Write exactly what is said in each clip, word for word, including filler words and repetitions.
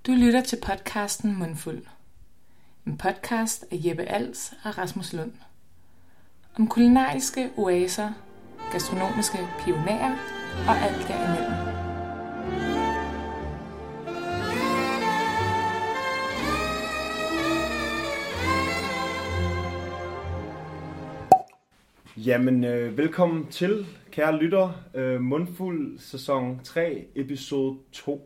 Du lytter til podcasten Mundfuld. En podcast af Jeppe Als og Rasmus Lund. Om kulinariske oaser, gastronomiske pionerer og alt derimellem. Jamen, øh, velkommen til, kære lytter, øh, Mundfuld sæson tre, episode to.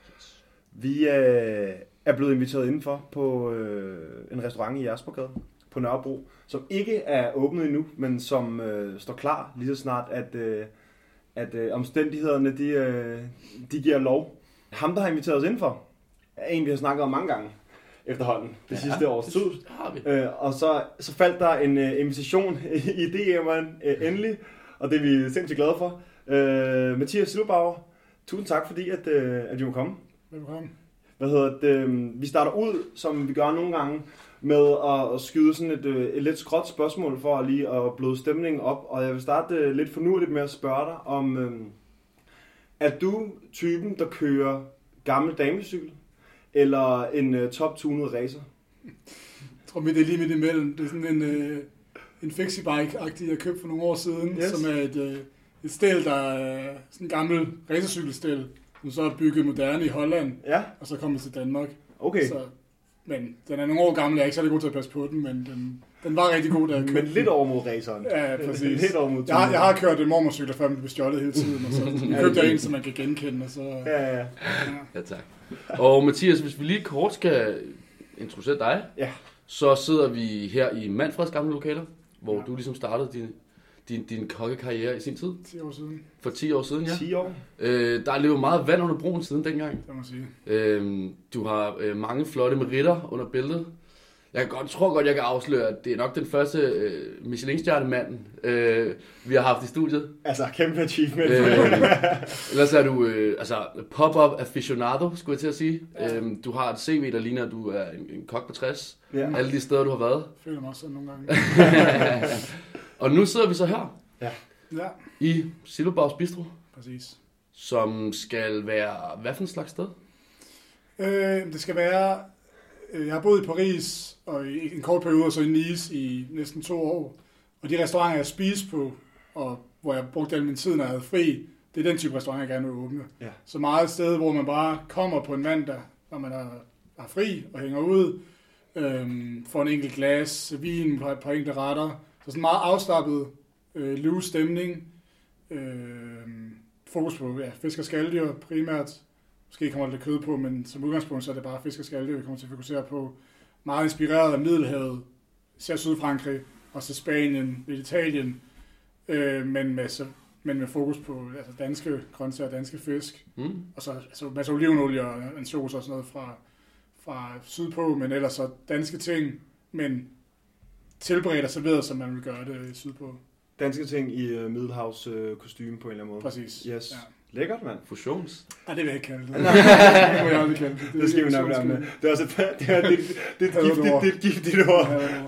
Vi øh, er blevet inviteret indenfor på øh, en restaurant i Jægersborggade på Nørrebro, som ikke er åbnet endnu, men som øh, står klar lige så snart, at, øh, at øh, omstændighederne de, øh, de giver lov. Ham, der har inviteret os indenfor, er en, vi har snakket om mange gange efterhånden det ja, sidste års tid. Øh, og så, så faldt der en øh, invitation i D M'eren øh, endelig, og det er vi sindssygt glade for. Øh, Mathias Silberbauer, tusind tak fordi, at, øh, at vi må komme. Velkommen. Hvad hedder det? Vi starter ud, som vi gør nogle gange, med at skyde sådan et, et lidt skråt spørgsmål for lige at bløde stemningen op. Og jeg vil starte lidt fornurligt med at spørge dig om, øh, er du typen, der kører gammel damecykel, eller en uh, top-tunet racer? Jeg tror, det er lige midt imellem. Det er sådan en, øh, en fixie-bike-agtig, jeg købte for nogle år siden, yes. Som er et, øh, et stel, der er sådan en gammel racercykelstel, som så er bygget moderne i Holland, ja. Og så kommer til Danmark. Okay. Så, men den er nogle år gammel, jeg er ikke særlig god til at passe på den, men den, den var rigtig god, da jeg købte. Men lidt over mod raceren. Ja, præcis. Lidt over mod jeg, har, jeg har kørt mormorcykler før, men det blev stjålet hele tiden, og så købte jeg en, som man kan genkende. Og så, ja, ja, ja. Ja, tak. Og Mathias, hvis vi lige kort skal introducere dig, ja. Så sidder vi her i Manfreds gamle lokaler, hvor ja. Du ligesom startede din, din, din kokkekarriere i sin tid. ti år siden. For ti år siden, ja. ti år. Øh, der er løbet meget vand under broen siden dengang. Det må sige. Øh, du har øh, mange flotte meritter under bæltet. Jeg godt, tror godt, jeg kan afsløre, at det er nok den første øh, Michelin-stjerne-mand, øh, vi har haft i studiet. Altså, kæmpe achievement. Øh, ellers er du øh, altså, pop-up aficionado, skulle jeg til at sige. Ja. Øh, du har et C V, der ligner, at du er en, en kok på tres. Ja. Alle de steder, du har været. Jeg føler mig også sådan nogle gange. Og nu sidder vi så her. Ja. Ja. I Silberbaus Bistro. Præcis. Som skal være, hvad for en slags sted? Øh, det skal være... Jeg har boet i Paris og i en kort periode, og så i Nice i næsten to år. Og de restauranter, jeg spiser på, og hvor jeg brugte al min tid, når jeg havde fri, det er den type restaurant, jeg gerne vil åbne. Ja. Så meget et sted, hvor man bare kommer på en mandag, når man er, er fri og hænger ud, øhm, får en enkelt glas vin på et par enkelte retter. Så sådan meget afslappet, øh, loose stemning. Øh, fokus på ja, fisk og skaldyr primært. Måske kommer der lidt kød på, men som udgangspunkt så er det bare fisk og skaldyr, vi kommer til at fokusere på. Meget inspireret af Middelhavet, især Sydfrankrig, og så Spanien, lidt Italien, øh, men, med, så, men med fokus på altså danske grøntsager og danske fisk. Mm. Og så altså, masser af olivenolie og ansjos og sådan noget fra, fra sydpå, men ellers så danske ting, men tilberedt og serveret, som man vil gøre det sydpå. Danske ting i uh, Middelhavs uh, kostume på en eller anden måde. Præcis. Yes. Ja. Lækkert, mand. Fusions. Nej, det vil jeg ikke kalde det. Det må jeg aldrig kalde det. Det, det skal vi nok være med. Det er også et, det er, det, det er et giftigt, det er et giftigt ord.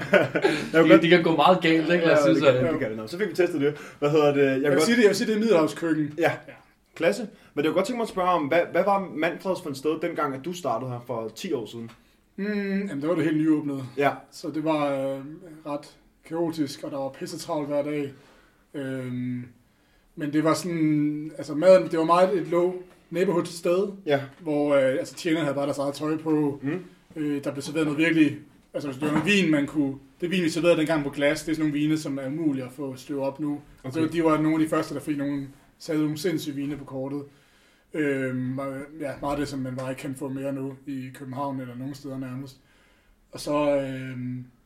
Ja, de kan gå meget galt, ikke? Lad os sige sådan. Det kan det nok. Så fik vi testet det. Hvad hedder det? Jeg, jeg, vil, sige det, jeg vil sige, det er Middelhavskøkken. Ja. ja. Klasse. Men det var godt tænke mig at spørge om, hvad, hvad var Manfreds for et sted, dengang at du startede her for ti år siden? Mm, jamen, det var det helt nyåbnet. Ja. Så det var øh, ret kaotisk, og der var pissetravlt hver dag. Øhm, Men det var sådan, altså maden, det var meget et low neighborhood sted, ja. Hvor øh, altså tjenerne havde bare deres eget tøj på. Mm. Øh, der blev serveret noget virkelig, altså hvis det var noget vin, man kunne, det vin vi serverede dengang på glas, det er sådan nogle vine, som er umulige at få støv op nu. Okay. Så de var nogle af de første, der fik nogle, satte nogle sindssyge vine på kortet. Øh, ja, meget af det, som man bare ikke kan få mere nu i København eller nogle steder nærmest. Og så, øh,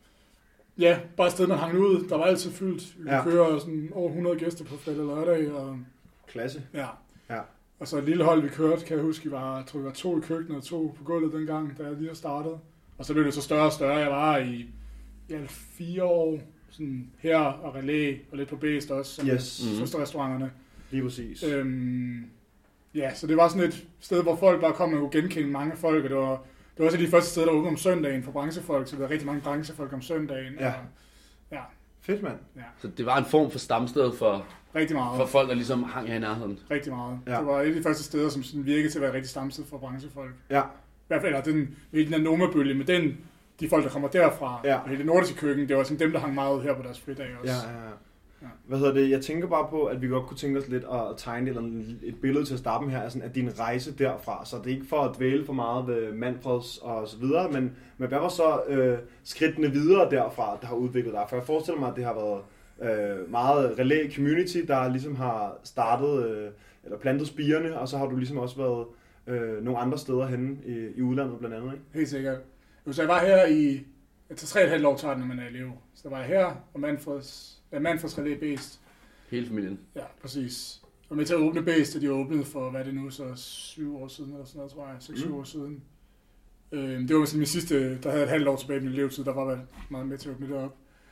ja, bare et sted, man hang ud. Der var altid fyldt. Vi ja. Kører sådan over hundrede gæster på fredag og lørdag. Og, klasse. Ja. ja. Og så et lille hold, vi kørte, kan jeg huske, vi var, jeg tror, vi var to i køkkenet og to på gulvet dengang, da jeg lige har startet. Og så blev det så større og større. Jeg var i, i fire år sådan her og relæ og lidt på Bæst også, som yes. mm-hmm. søsterrestauranterne. Lige præcis. Øhm, ja, så det var sådan et sted, hvor folk bare kom og kunne genkende mange folk, og det var, det var også de første steder, der åbnede om søndagen for branchefolk, så der var rigtig mange branchefolk om søndagen. Ja. Og, ja. Fedt, mand. Ja. Så det var en form for stamsted for, rigtig meget. for folk, der ligesom hang her i nærheden? Rigtig meget. Ja. Det var et af de første steder, som sådan virkede til at være rigtig stamsted for branchefolk. Ja. hvert fald, eller den, den der Noma-bølge, men den, de folk, der kommer derfra, ja. Det nordiske køkken, det var sådan dem, der hang meget ud her på deres fridage også. Ja, ja, ja. Ja. Hvad hedder det? Jeg tænker bare på, at vi godt kunne tænke os lidt at tegne eller et billede til at starte med her, altså af din rejse derfra. Så det er ikke for at dvæle for meget ved Manfreds og så videre, men, men hvad var så øh, skridtene videre derfra, der har udviklet dig? For jeg forestiller mig, at det har været øh, meget relay community, der ligesom har startet øh, eller plantet spirene, og så har du ligesom også været øh, nogle andre steder henne i, i udlandet blandt andet, ikke? Helt sikkert. Så jeg var her i til tre og et halvt år tager det, når man er elev. Så der var jeg her, og Manfreds, ja, Manfreds Relay Based. Hele familien? Ja, præcis. Og med til at åbne Based, og de åbnede for, hvad er det nu, så syv år siden, eller sådan noget, tror jeg, seks syv mm. år siden. Øh, det var sådan min sidste, der havde et halvt år tilbage i min levetid, der var jeg meget med til at åbne det op.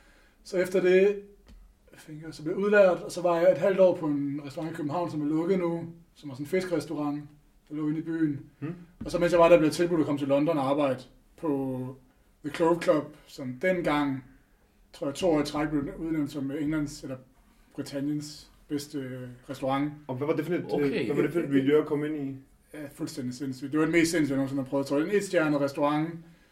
Så efter det, jeg, så blev jeg udlært, og så var jeg et halvt år på en restaurant i København, som er lukket nu, som var sådan en fiskrestaurant, der lå inde i byen. Mm. Og så mens jeg var der, blev jeg tilbudt at komme til London og arbejde på The Clove Club, som dengang, tror jeg, to år i træk blev udnævnt som Englands eller Britanniens bedste restaurant. Og hvad var det for et, okay. hvad var det for et miljø at komme ind i? Ja, fuldstændig sindssygt. Det var det mest sindssygt, jeg nogensinde har prøvet. Jeg tror, det var en etstjernet restaurant,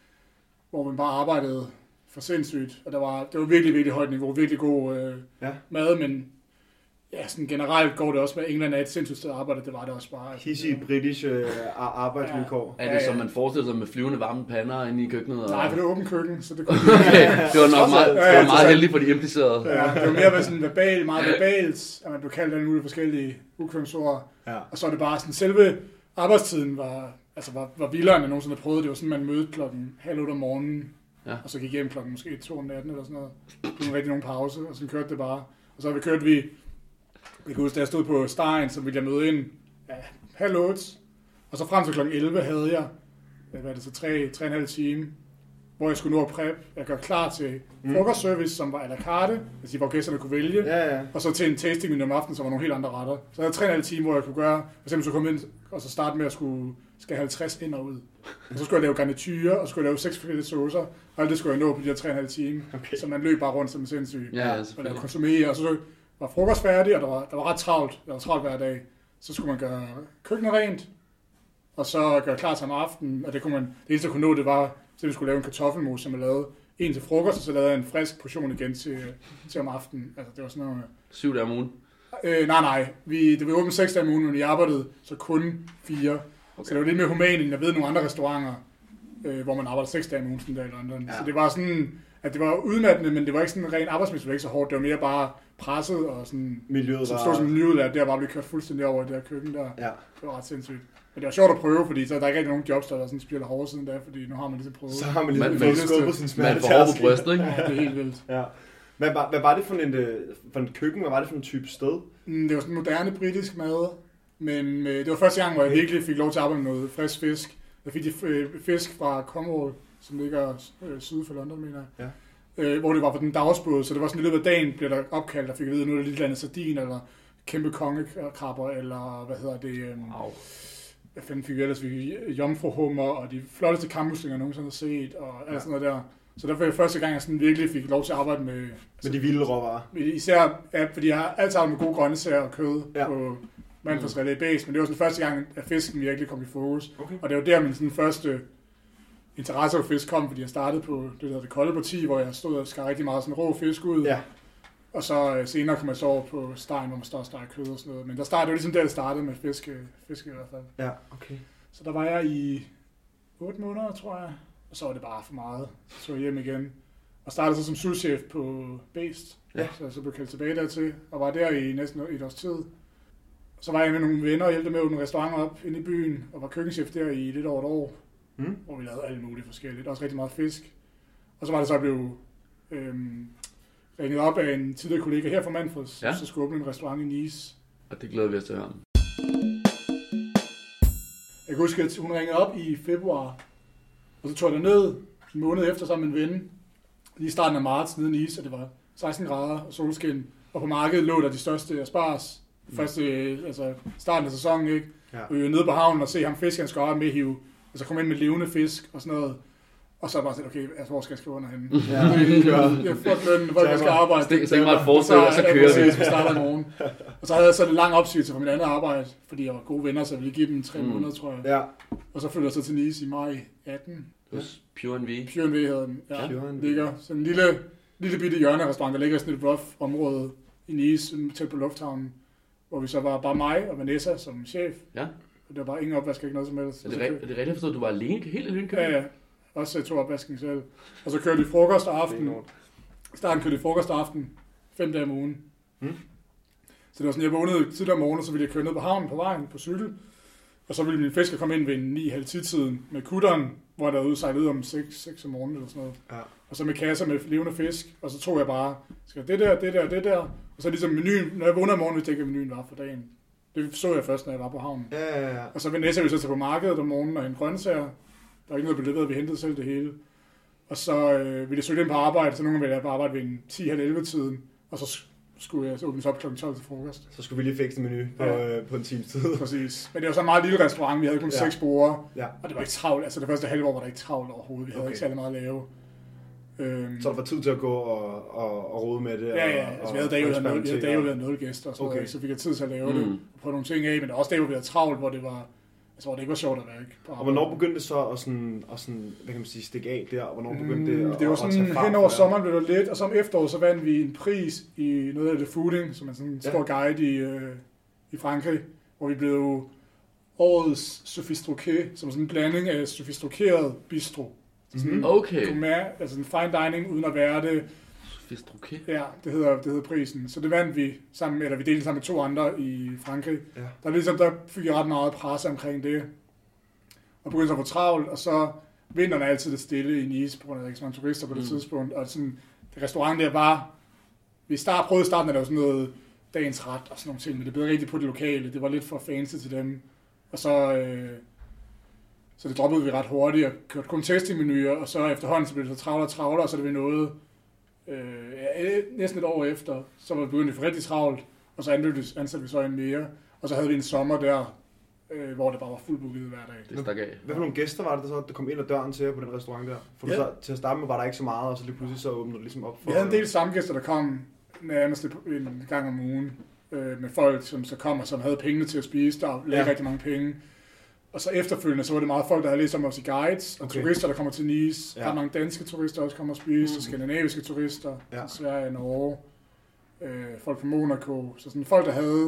hvor man bare arbejdede for sindssygt. Og der var, det var virkelig, virkelig højt niveau, virkelig god øh, ja. mad, men ja, sådan generelt går det også med, England er et sindssygt sted at arbejde, det var det også bare. Hissige british øh, arbejdsvilkår. Ja. Er det ja, ja. som man forestiller sig med flyvende varme pander inde i køkkenet? Og... Nej, for det var åbent køkken, så det kunne okay. Det var nok meget, ja, ja, det var meget heldigt for de implicerede. Ja, det var mere sådan verbal, meget verbalt, at man blev kaldt alle mulige forskellige ukvemsord. Ja. Og så er det bare sådan, selve arbejdstiden var, altså var, var vildere, end jeg nogensinde prøvede. Det var sådan, man mødte klokken halv otte om morgenen, ja. og så gik hjem klokken måske to om natten eller sådan noget. Det var rigtig nogen pause, og så kørte det bare. Og så vi kørte vi, jeg kan huske, da jeg stod på Stein, så ville jeg møde ind ja, halv otte, og så frem til klokken elleve havde jeg, hvad er det så, tre, tre og en halv time, hvor jeg skulle nå at prep. Jeg gør klar til mm. frokostservice, som var à la carte, altså hvor gæsterne kunne vælge, ja, ja. og så til en tasting menu om aftenen, som var nogle helt andre retter. Så jeg havde tre og en halv time, hvor jeg kunne gøre, for eksempel så komme ind og så starte med at skulle skal halvtreds ind og ud. Og så skulle jeg lave garniture, og så skulle jeg lave seks forskellige saucer, og alt det skulle jeg nå på de her tre og en halv time. Okay. Så man løb bare rundt som en sindssyg. Ja, og lavede konsumé, og så var frokost færdig, og der var, der var ret travlt. Der var travlt hver dag. Så skulle man gøre køkkenet rent, og så gøre klar til om aftenen. Og det, kunne man, det eneste, jeg kunne nå, det var, at vi skulle lave en kartoffelmos, som jeg lavede en til frokost, og så lavede jeg en frisk portion igen til, til om aftenen. Altså, det var sådan noget... Syv dage om ugen? Øh, nej, nej. Vi, det var åbent seks dage om ugen, men vi arbejdede så kun fire. Okay. Så det var lidt mere human, end jeg ved nogle andre restauranter, øh, hvor man arbejder seks dage om ugen sådan der i London. Ja. Så det var sådan, at det var udmattende, men det var ikke sådan ren arbejdsmæssigt, ikke så hårdt. Det var mere bare presset og sådan... Miljøet var... Stod sådan miljøet der, der bare blev kørt fuldstændig over i det her køkken der. Ja. Det var ret sindssygt. Men det var sjovt at prøve, fordi så er der ikke rigtig nogen jobs, der er sådan spiller hårdt siden der, fordi nu har man ligesom prøvet. Så har man ligesom man, skåret på sin smerte. Man får hårdt på brystet, ikke? Ja, det er helt vildt. Ja. Hvad, var, hvad var det for en, for en køkken? Hvad var det for en type sted? Mm, det var sådan en moderne britisk mad, men øh, det var første gang, hvor jeg virkelig fik lov til at arbejde med noget frisk fisk. Jeg fik de øh, fisk fra Cornwall, som ligger øh, syd for London, mener jeg. Ja. Øh, hvor det var på den dagsbåd, så det var sådan i løbet af dagen, blev der opkaldt, der fik at vide, nu er det lidt andet sardin, eller kæmpe kongekrabber, eller hvad hedder det... Øh, wow. Jeg fandt fik vi ellers jomfruhummer, og de flotteste kammuslinger, jeg nogensinde har set, og alt ja. sådan noget der. Så derfor var det første gang, jeg sådan virkelig fik lov til at arbejde med... Med altså, de vilde råvarer. Især, ja, fordi jeg har altid arbejdet med gode grøntsager og kød ja. på Manfreds Relay Base, men det var sådan første gang, at fisken virkelig kom i fokus. Okay. Og det var der, min sådan første interesse for fisk kom, fordi jeg startede på det, der hedder Det Kolde Parti, hvor jeg stod og skar rigtig meget sådan rå fisk ud. Ja. Og så senere kom jeg så over på Stein, hvor man står og steger kød og sådan noget. Men der startede, det var ligesom der, det startede med fisk, fisk i hvert fald. Ja, okay. Så der var jeg i otte måneder, tror jeg. Og så var det bare for meget. Så tog jeg hjem igen. Og startede så som souschef på Based. Ja. Så så blev jeg kaldt tilbage dertil. Og var der i næsten et års tid. Så var jeg med nogle venner og hjælpte med at åbne en restaurant op inde i byen. Og var køkkenchef der i lidt over et år. Mm. Hvor vi lavede alt muligt forskelligt. Også rigtig meget fisk. Og så var det så, at jeg blev øhm, ringet op af en tidligere kollega her fra Manfreds. Ja. Så skulle åbne en restaurant i Nice. Og det glæder vi os til at høre. Jeg kan huske, at hun ringede op i februar. Og så tog jeg ned en måned efter sammen med en ven, lige i starten af marts nede i Nice, og det var seksten grader og solskin. Og på markedet lå der de største asparges. Mm. Første, altså starten af sæsonen, ikke? Ja. Og vi var nede på havnen og se ham fiskeren skal op med hive. Og så kom ind med levende fisk og sådan noget. Og så bare sådan, okay, altså, hvor skal jeg skrive under henne? Ja, det jeg får lønnen, hvor jeg skal arbejde. Stik, stik mig et forslag, og så kører vi. Vi starter i morgen. Og så havde jeg så en lang opsigelse fra mit andet arbejde, fordi jeg var gode venner, så jeg ville give dem tre mm. måneder, tror jeg. Ja. Og så flyttede jeg så til Nice i maj atten. Hos Pure and V. Pure and V hedder den. Ja, Pure and V. ligger sådan en lille, lille bitte hjørnerestaurant, der ligger sådan et rough område i Nice, tæt på lufthavnen, hvor vi så var bare mig og Vanessa som chef. Ja. Og der var ingen opvask, ikke noget som helst. Er det, er det rigtigt forstået, at du var alene, helt alene? Ja, ja. Også jeg tog opvasken selv. Og så kørte vi frokost og aften. I starten kørte vi frokost og aften, fem dage om ugen. Hmm. Så det var sådan, jeg vågnede tidligere om morgenen, så ville jeg køre ned på havnen på vejen på cykel. Og så ville min fisker komme ind ved ni halv ti-tiden med kutteren, hvor der udsejlede om seks om morgenen eller sådan noget. Ja. Og så med kasser med levende fisk. Og så tog jeg bare, skal det der, det der, det der. Og så ligesom menuen, når jeg vågnede om morgenen, vidste jeg ikke, hvad menuen var for dagen. Det så jeg først, når jeg var på havnen. Ja, ja, ja. Og så Vanessa ville så tage på markedet om morgenen og hente grøntsager. Der var ikke noget beleveret, vi hentede selv det hele. Og så øh, ville jeg søge ind på arbejde, så nogle gange ville jeg på arbejde ved en ti halv elleve tiden, og så skulle jeg så åbnes op klokken tolv til frokost. Så skulle vi lige fikse en menu på, ja. øh, på en times tid. Præcis. Men det var så en meget lille restaurant, vi havde kun ja. seks borde, ja. Og det var ikke travlt. Altså det første halve år var der ikke travlt overhovedet, vi havde okay. ikke særlig meget at lave. Øhm, så der var tid til at gå og, og, og rode med det? Ja, ja. Altså, vi havde dage, vi havde været nul gæster, og så, okay. så fik jeg tid til at lave mm. det, på nogle ting af, men der var også dage, hvor vi havde travlt, hvor det var... Altså, hvor det ikke var sjovt at være på arbejde. Og hvornår begyndte det så at, sådan, at sådan, hvad kan man sige, stikke af der? Og hvornår begyndte det at, det var sådan, at hen over sommeren blev det lidt, og så om efteråret, så vandt vi en pris i noget af det fooding, som er sådan en stor ja. guide i, øh, i Frankrig, hvor vi blev årets sophistiqué, som er sådan en blanding af sofistikeret bistro. Mm-hmm. Okay. Gourmet, altså en fine dining, uden at være det. Sophistiqué? Ja, det hedder, det hedder prisen. Så det vandt vi sammen, eller vi delte sammen med to andre i Frankrig. Ja. Der, ligesom, der fik jeg ret meget presse omkring det. Og begyndte at få travlt, og så vinteren er altid det stille i Nice, på grund af, at der ikke så mange turister på det mm. tidspunkt. Og sådan, det restaurant der var, vi start, prøvede i starten, at der var sådan noget dagens ret og sådan nogle ting, men det blev rigtig på det lokale. Det var lidt for fancy til dem. Og så, øh, så det droppede vi ret hurtigt og kørte kun testingmenuer, og så efterhånden så blev det så travlere og travlere, og så er det noget, øh, ja, næsten et år efter, så var det begyndt at få rigtig travlt, og så ansatte vi så en mere, og så havde vi en sommer der, øh, hvor det bare var fuldbooket hver dag. Det stak af. Hvad for nogle gæster var det, der, så, der kom ind ad døren til på den restaurant der? For ja. så, til at starte med var der ikke så meget, og så lige pludselig så åbnede det ligesom op for... Vi havde en del stamgæster, der kom nærmest en gang om ugen, øh, med folk, som så kom og som havde pengene til at spise, der lagde ja. rigtig mange penge. Og så efterfølgende, så var det meget folk, der havde læst om os i guides, og okay. turister, der kommer til Nice. Ja. Der er mange danske turister, der også kommer og spise, mm. og skandinaviske turister, ja. Sverige, Norge, øh, folk fra Monaco. Så sådan folk, der havde,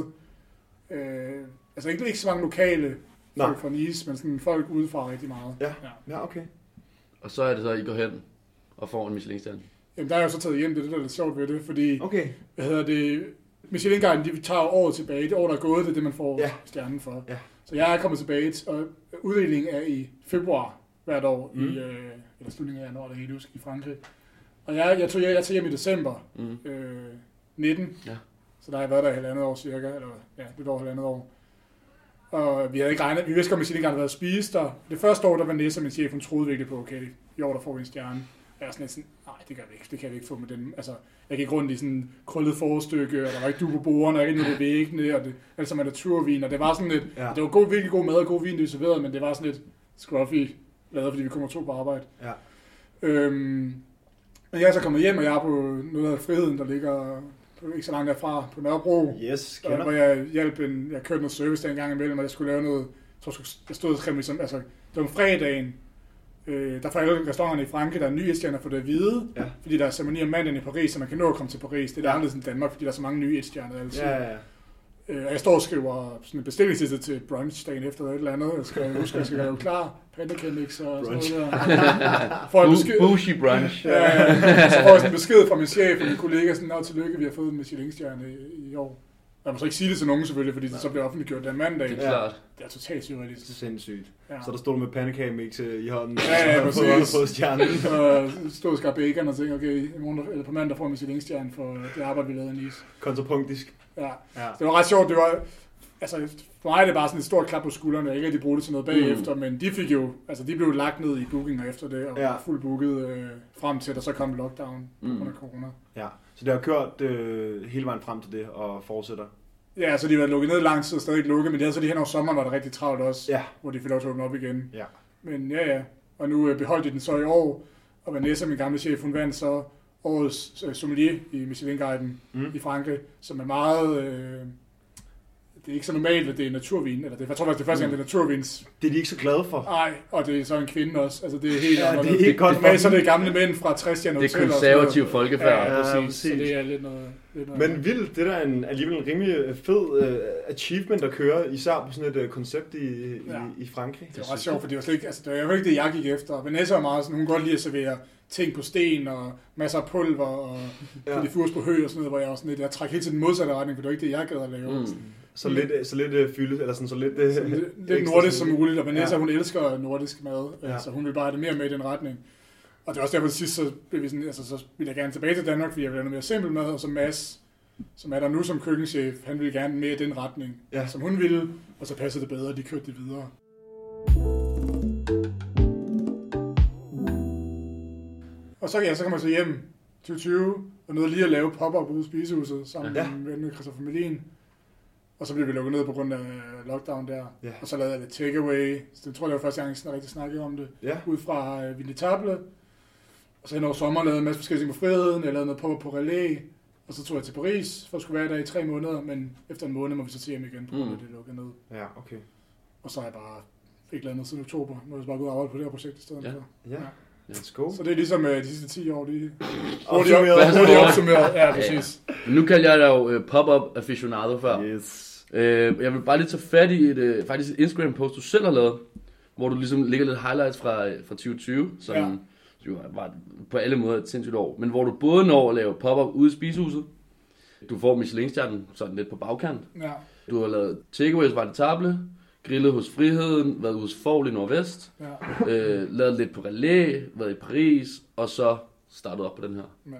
øh, altså ikke, ikke så mange lokale folk Nej. fra Nice, men sådan folk udefra rigtig meget. Ja, ja. ja okay. Og så er det så, at I går hen og får en Michelin-stjerne? Jamen, der er jo så taget hjem, det er det, der er lidt sjovt ved det, fordi, okay. hvad hedder det, Michelin-guiden, de tager året tilbage, det år, der er gået, det er det, man får ja. stjernen for. Ja. Så jeg er kommet tilbage, og uddelingen er i februar hvert år, mm. i, øh, eller slutningen af januar, det helt huske, i Frankrig. Og jeg, jeg, tog, jeg, jeg tog hjem i december mm. øh, nitten, ja. Så der har jeg været der i halvandet år cirka, eller ja, lidt over halvandet år. Og vi havde ikke regnet, vi vidste godt, at Michelin havde været spist der. Det første år, der var Vanessa, min chef, hun troede virkelig på, okay, i år der får vi en stjerne. Jeg er sådan lidt sådan, nej, det kan vi ikke, det kan vi ikke få med den. Altså, jeg gik rundt i sådan en krøllet forstykke, og der var ikke du på bordene, og ikke noget på væggene, og det altså med naturvin, og det var sådan lidt, ja. det var god, virkelig god mad og god vin, det serverede, men det var sådan lidt scruffy lavet, fordi vi kommer to på arbejde. Ja. Øhm, men jeg er så kommet hjem, og jeg er på noget af Friheden, der ligger på, ikke så langt derfra, på Nørrebro. Yes, kender. Hvor jeg hjalp en, jeg kørte noget service der en gang imellem, og jeg skulle lave noget, jeg tror, jeg stod og skrev ligesom, altså, det var fredagen, Øh, der er for alle restauranterne i Frankrig, der er nye etstjerner for det at vide, ja. Fordi der er ceremoni om mandagen i Paris, så man kan nå at komme til Paris. Det er ja. anderledes end Danmark, fordi der er så mange nye etstjerner altid. Ja, ja, ja. Øh, jeg står og skriver sådan en bestillingsliste til brunch dagen efter eller et eller andet. Jeg skal huske, at jeg skal være klar. Pandekendix og brunch. Sådan noget der. Får en besked. Bougie brunch. Ja, så får jeg sådan en besked fra min chef og min kollega, sådan, nå, tillykke, vi har fået en Michelin-stjerne i, i år. Jeg må så ikke sige det til nogen selvfølgelig, fordi det så bliver offentliggjort den mandag. Det er klart. Det er totalt surrealistisk. Sindssygt. Ja. Så der stod du med pandekage-mix i hånden, ja, ja, og så har du fået stjernen. Og stod og skar bacon og tænkte, okay, i morgen, eller på mandag får vi Michelin-stjerne for det arbejde, vi lavede i Nice. Kontrapunktisk. Ja. ja. Det var ret sjovt. Det var, altså, for mig er det bare sådan et stort klap på skuldrene. Jeg ikke rigtig brugt det til noget bagefter, mm. men de fik jo, altså de blev lagt ned i bookinger efter det, og ja. var fuldt booket øh, frem til, at der så kom lockdown mm. under corona. Ja, så det har kørt øh, hele vejen frem til det, og fortsætter. Ja, så de var lukket ned lang tid og stadig ikke lukket, men det er så de hen over sommeren var det rigtig travlt også, ja. hvor de fik lov til at åbne op igen. Ja. Men ja, ja. Og nu øh, beholdt de den så i år, og Vanessa, min gamle chef, hun vandt så årets øh, sommelier i Michelin-guiden mm. i Frankrig, som er meget... Øh, det er ikke så normalt, at det er naturvin, eller det, jeg tror faktisk, det er første gang, det er naturvins. Det er de ikke så glade for. Nej, og det er så en kvinde også. Altså, det er helt ja, andet. det er ikke godt for så det er gamle mænd fra tres-stjerner Det er konservativ folkefærd. Ja, ja, ja, præcis. Så det er lidt noget... Lidt noget Men vildt, det der er en, alligevel en rimelig fed uh, achievement at køre, især på sådan et uh, koncept i, ja. i, i Frankrig. Det var ret sjovt, for det var slet ikke, altså, det var jo ikke det, jeg gik efter. Vanessa var meget sådan, hun kunne godt lide at servere ting på sten og masser af pulver og ja. diffus på hø og sådan noget, hvor jeg også sådan lidt, jeg trak helt til den modsatte retning, for det var ikke det, jeg gad at lave. Mm. Så lidt, så lidt uh, fylde, eller sådan så lidt... Uh, så lidt, lidt nordisk som muligt, og Vanessa, ja. hun elsker nordisk mad, ja. så hun vil bare have det mere med i den retning. Og det var også derfor til sidst, så blev vi sådan, altså så ville jeg gerne tilbage til Danmark, fordi jeg ville have noget mere simpelt mad, og så Mads, som er der nu som køkkenchef, han ville gerne mere i den retning, ja. som hun ville, og så passede det bedre, og de kørte det videre. Og så, ja, så kom jeg så hjem tyve tyve, og nåede lige at lave pop-up ude i spisehuset, sammen ja. med min Christoffer Melin. Og så blev vi lukket ned på grund af lockdown der. Ja. Og så lavede jeg lidt takeaway. Så det tror jeg, det var første gang, jeg rigtig snakkede om det. Ja. Ud fra uh, Vindetable. Og så hen over sommer lavede jeg en masse forskellige ting på friheden. Jeg lavede noget på på Relais. Og så tog jeg til Paris, for at skulle være der i tre måneder. Men efter en måned må vi så se hjem igen, på grund af det lukket ned. Ja, okay. Og så har jeg bare ikke lavet noget siden oktober. Nu er jeg bare gået og arbejde på det her projekt i stedet ja. for. Ja. Let's go. Så det er ligesom uh, de sidste ti år, de hurtigt hurtigt opsummeret. Ja, præcis. Ja. Nu kalder jeg dig jo uh, pop-up aficionado før. Yes. Uh, jeg vil bare lige tage fat i et, uh, faktisk et Instagram-post, du selv har lavet, hvor du ligesom lægger lidt highlights fra, fra tyve tyve, som ja. jo var på alle måder et sindssygt år, men hvor du både når at lave pop-up ude i spisehuset, du får Michelin-stjernen sådan lidt på bagkant, ja. du har lavet takeaways var det table, grillet hos Friheden, været hos Forl i Nordvest, ja. øh, lavet lidt på Relais, været i Paris, og så startet op på den her. Ja,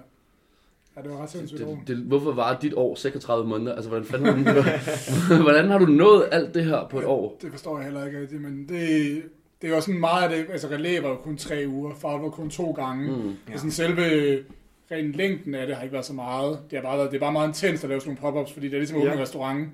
ja det var ret sindssygt år. Det, det, hvorfor var dit år seksogtredive måneder? Altså, hvordan fanden har du, hvordan har du nået alt det her på et år? Det forstår jeg heller ikke rigtig, men det, det var sådan meget af det, altså Relais var jo kun tre uger, Forl var kun to gange. Mm, ja. Det sådan selve ren længden af det har ikke været så meget. Det er bare, det er bare meget intenst at lave sådan nogle pop-ups, fordi det er ligesom at åbne en restaurant.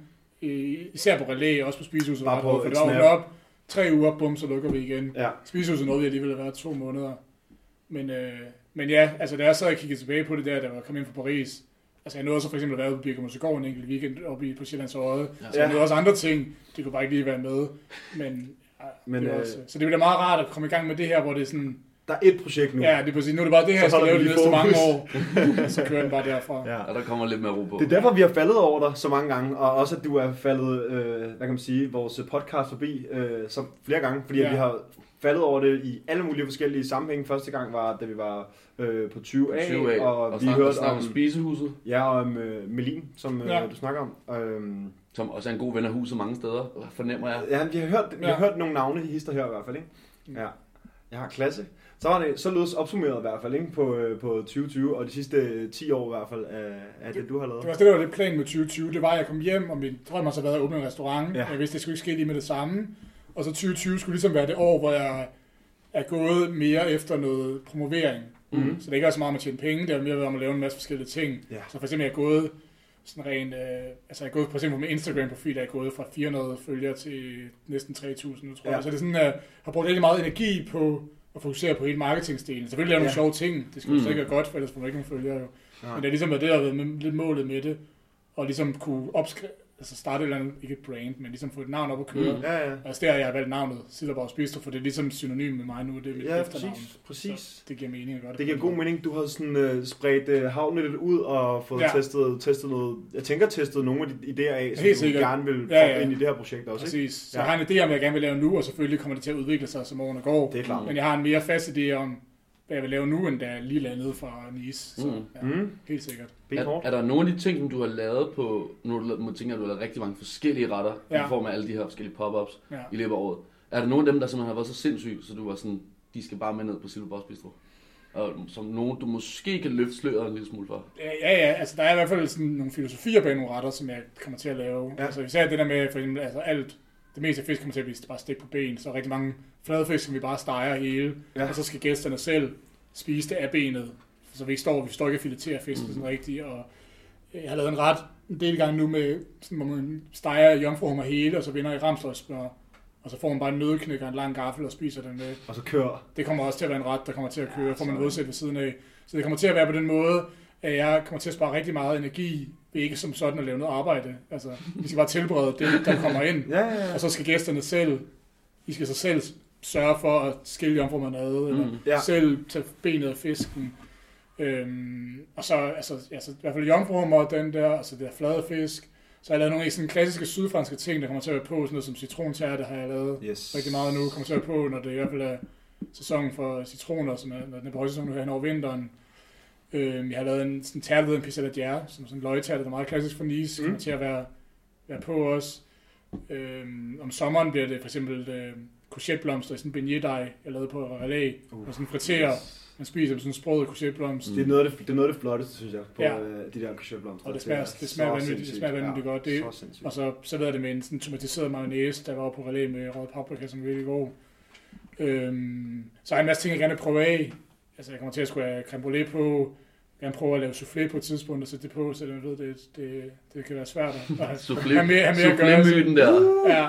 Især på Relais, også på spisehuset, var på, for det var åbnet op, tre uger, bum, så lukker vi igen. Ja. Spisehuset nåede vi alligevel at være to måneder. Men, øh, men ja, altså da jeg så kiggede tilbage på det der, da jeg kom ind fra Paris, altså jeg nåede så for eksempel at være ude på Birkermosegård en enkelt weekend oppe på Sjællands Odde, ja. Så jeg nåede også andre ting, det kunne bare ikke lige være med. Men, ja, men det øh... også, så det bliver meget rart at komme i gang med det her, hvor det er sådan... Der er et projekt nu. Ja, det er præcis. Nu er det bare det her, jeg skal lave de næste mange år. Så kører den bare derfra. Ja, og der kommer lidt mere ro på. Det er derfor, vi har faldet over dig så mange gange, og også at du er faldet, øh, hvad kan man sige, vores podcast forbi øh, så flere gange, fordi ja. vi har faldet over det i alle mulige forskellige sammenhænge. Første gang var, da vi var øh, på tyve A, og, og, og vi snak, hørte om spisehuset. Ja, og om øh, Melin, som øh, ja. du snakker om. Øhm, som også er en god ven af huset mange steder, fornemmer jeg. Ja, vi har hørt, vi har ja. hørt nogle navne i hister her i hvert fald, ikke? Ja. Jeg har klasse. Så var det således opsummeret i hvert fald, ikke? På, på tyve tyve, og de sidste ti år i hvert fald af, af det, det, du har lavet. Det var det, der var det plan med tyve tyve. Det var, at jeg kom hjem, og min drøm har så været at åbne en restaurant. Ja. Jeg vidste, det skulle ikke ske lige med det samme. Og så tyve tyve skulle ligesom være det år, hvor jeg er gået mere efter noget promovering. Mm-hmm. Så det ikke er så meget om at tjene penge, det er mere om at lave en masse forskellige ting. Ja. Så for eksempel er jeg gået sådan rent, øh, altså jeg er gået for eksempel på min Instagram-profil, er jeg gået fra fire hundrede følgere til næsten tre tusind nu, tror jeg. Ja. Så det er sådan, at jeg har brugt rigtig meget energi på at fokusere på hele marketingdelen. Selvfølgelig er der ja. nogle sjove ting, det skal jo mm. sikkert godt, for ellers får man ikke nogen følgere jo. Ja. Men det er ligesom det, der har været med, lidt målet med det, og ligesom kunne opskrive, altså starte et eller andet, ikke et brand, men ligesom få et navn op at køre. Mm. Ja, ja. Og altså der jeg har valgt navnet Silderborgs Bistro, for det er ligesom synonym med mig nu, det er mit ja, efternavn. Præcis, præcis. Så det giver mening at gøre det. Det giver god mening. Du har sådan uh, spredt uh, havnen lidt ud og fået ja. testet, testet noget, jeg tænker testet nogle af de idéer af, som helt du sikkert. gerne vil få ja, ja. ind i det her projekt også. Præcis. Ikke? Så ja. jeg har en idé om, hvad jeg gerne vil lave nu, og selvfølgelig kommer det til at udvikle sig, som årene går. Det er klart. Men jeg har en mere fast idé om, hvad jeg vil lave nu, end da jeg lige landede fra Nice. Så mm. ja, mm. helt sikkert. Er, er der nogle af de ting, som du har lavet på, nu må tænke, at du har lavet rigtig mange forskellige retter, ja. i form af alle de her forskellige pop-ups ja. i løbet af året. Er der nogle af dem, der simpelthen har været så sindssyge, så du var sådan, de skal bare med ned på Silderborgs Bistro? Og som nogen, du måske kan løfte sløret en lille smule for? Ja, ja, ja. Altså der er i hvert fald sådan nogle filosofier bag nogle retter, som jeg kommer til at lave. Ja. Altså især det der med, for eksempel, altså alt, det meste af fisk kommer til at blive bare stegt på ben, så rigtig mange fladfisk, som vi bare steger hele, ja. og så skal gæsterne selv spise det af benet, så vi ikke står, vi står ikke og fileterer fisken mm. sådan rigtigt, og jeg har lavet en ret en del gange nu med, sådan, hvor man steger jomfruhummer hele, og så vinder i ramsløgsmør, og så får man bare en nødeknækker og en lang gaffel og spiser den med. Og så kører. Det kommer også til at være en ret, der kommer til at køre, ja, får man hovedsæt ved siden af. Så det kommer til at være på den måde, at jeg kommer til at spare rigtig meget energi, ved ikke som sådan at lave noget arbejde. Altså, vi skal bare tilberede det, der kommer ind, ja, ja, ja. og så skal gæsterne selv, I skal så selv sørge for at skille jomfrumad, mm. eller ja. selv tage benet af fisken. Øhm, og så, altså, altså, i hvert fald jomfrummer, den der, altså det der flade fisk. Så har jeg lavet nogle sådan klassiske sydfranske ting, der kommer til at være på, sådan noget som citrontærte har jeg lavet yes. rigtig meget nu, kommer til at være på, når det i hvert fald er sæsonen for citroner, som er, når den er på højsæson nu her over vinteren. Øhm, jeg har lavet en sådan tærte, en pissaladière, som er sådan en løgtærte, der er meget klassisk for Nice, mm. kommer til at være, være på os. Øhm, om sommeren bliver det for eksempel øh, courgetteblomster i sådan en beignet-dej, jeg lavede på relais, uh, og sådan friterer. Man spiser med sådan en sprød courgetteblomst. Mm. Det er noget af det, det, er noget af det flotteste, synes jeg, på ja. øh, de der courgetteblomster. Og det smager, det, det smager vanvittigt, det smager vanvittigt ja, godt. Det, så og så serverede det med en sådan tomatiseret mayonnaise, der var på relais med rød paprika, som er virkelig god. Øhm, så har jeg en masse ting, jeg gerne vil prøve af. Altså, jeg kommer til at skulle have crème brûlée på. Jeg gerne prøve at lave soufflé på et tidspunkt og sætte det på, så jeg ved, det, det, det kan være svært at soufflé, have mere, have mere at gøre. Soufflé-myten der. Ja.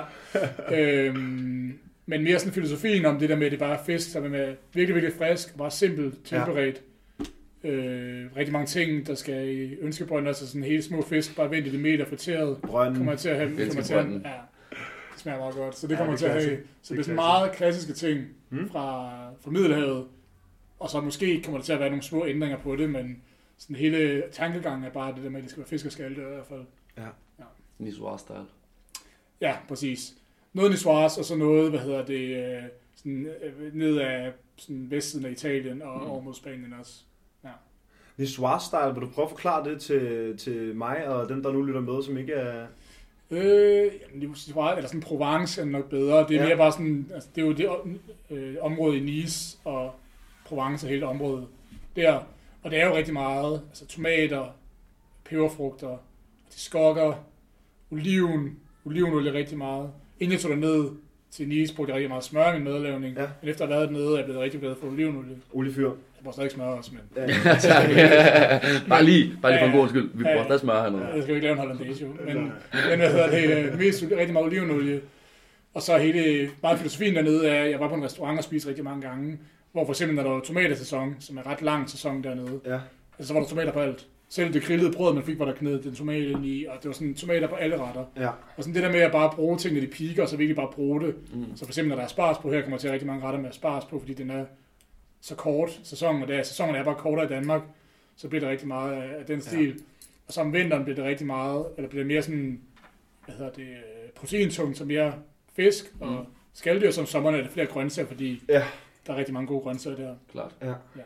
øhm, men mere sådan filosofien om det der med, at det bare er fisk, som er virkelig, virkelig frisk og bare simpelt tilberedt. Ja. Øh, rigtig mange ting, der skal i ønskebrønd, altså sådan hele små fisk, bare vendt i det meter friteret. Brønden. Kommer til at have, kommer til at, ja, det smager meget godt, så det kommer ja, det til at have. Så det er sådan meget klassiske ting hmm? fra, fra Middelhavet. Og så måske kommer der til at være nogle små ændringer på det, men sådan hele tankegangen er bare det der med, at det skal være fisk og skalte i hvert fald. Ja. ja. Niçoise-style. Ja, præcis. Noget Niçoise, og så noget, hvad hedder det, sådan, ned af sådan vestsiden af Italien og mm. over mod Spanien også. Ja. Niçoise-style, vil du prøve at forklare det til, til mig og dem, der nu lytter med, som ikke er... Øh, jamen, Niçoise, eller sådan Provence er nok bedre. Det er ja. mere bare sådan, altså, det er jo det øh, område i Nice og Provence og hele området der. Og det er jo rigtig meget, altså tomater, peberfrugter, de skokker, oliven, olivenolie rigtig meget. Inden jeg tog derned til Nice, brugte jeg rigtig meget smør i min madlavning. Ja. Men efter at have været dernede, er jeg blevet rigtig glad for olivenolie. Oliefyr. Jeg bruger stadig smør også, men... Ja, ja. bare lige, bare lige for en god skyld. Vi bruger ja, stadig smør hernede. Ja, jeg skal jo ikke lave en hollandaise, jo. Men, men hvad hedder det, mest rigtig meget olivenolie. Og så hele, meget filosofien dernede er, jeg var på en restaurant og spiste rigtig mange gange, hvor for eksempel, når der var tomatersæson, som er ret lang sæson dernede, ja. altså, så var der tomater på alt. Selv det grillede brød, man fik, var der knedet den tomat ind i, og det var sådan tomater på alle retter. Ja. Og sådan det der med at bare bruge tingene, de piker, og så virkelig bare bruge det. Mm. Så for eksempel, når der er spars på her, kommer til rigtig mange retter med spars på, fordi den er så kort sæsonen, og det er, sæsonen er bare kortere i Danmark, så bliver det rigtig meget af den stil. Ja. Og så om vinteren bliver det rigtig meget, eller bliver det mere sådan, hvad hedder det, proteintungt, som mere fisk, og mm. skaldyr, som sommeren er det flere grøntsager, fordi ja. der er rigtig mange gode grøntsager der. Klart. Ja. ja.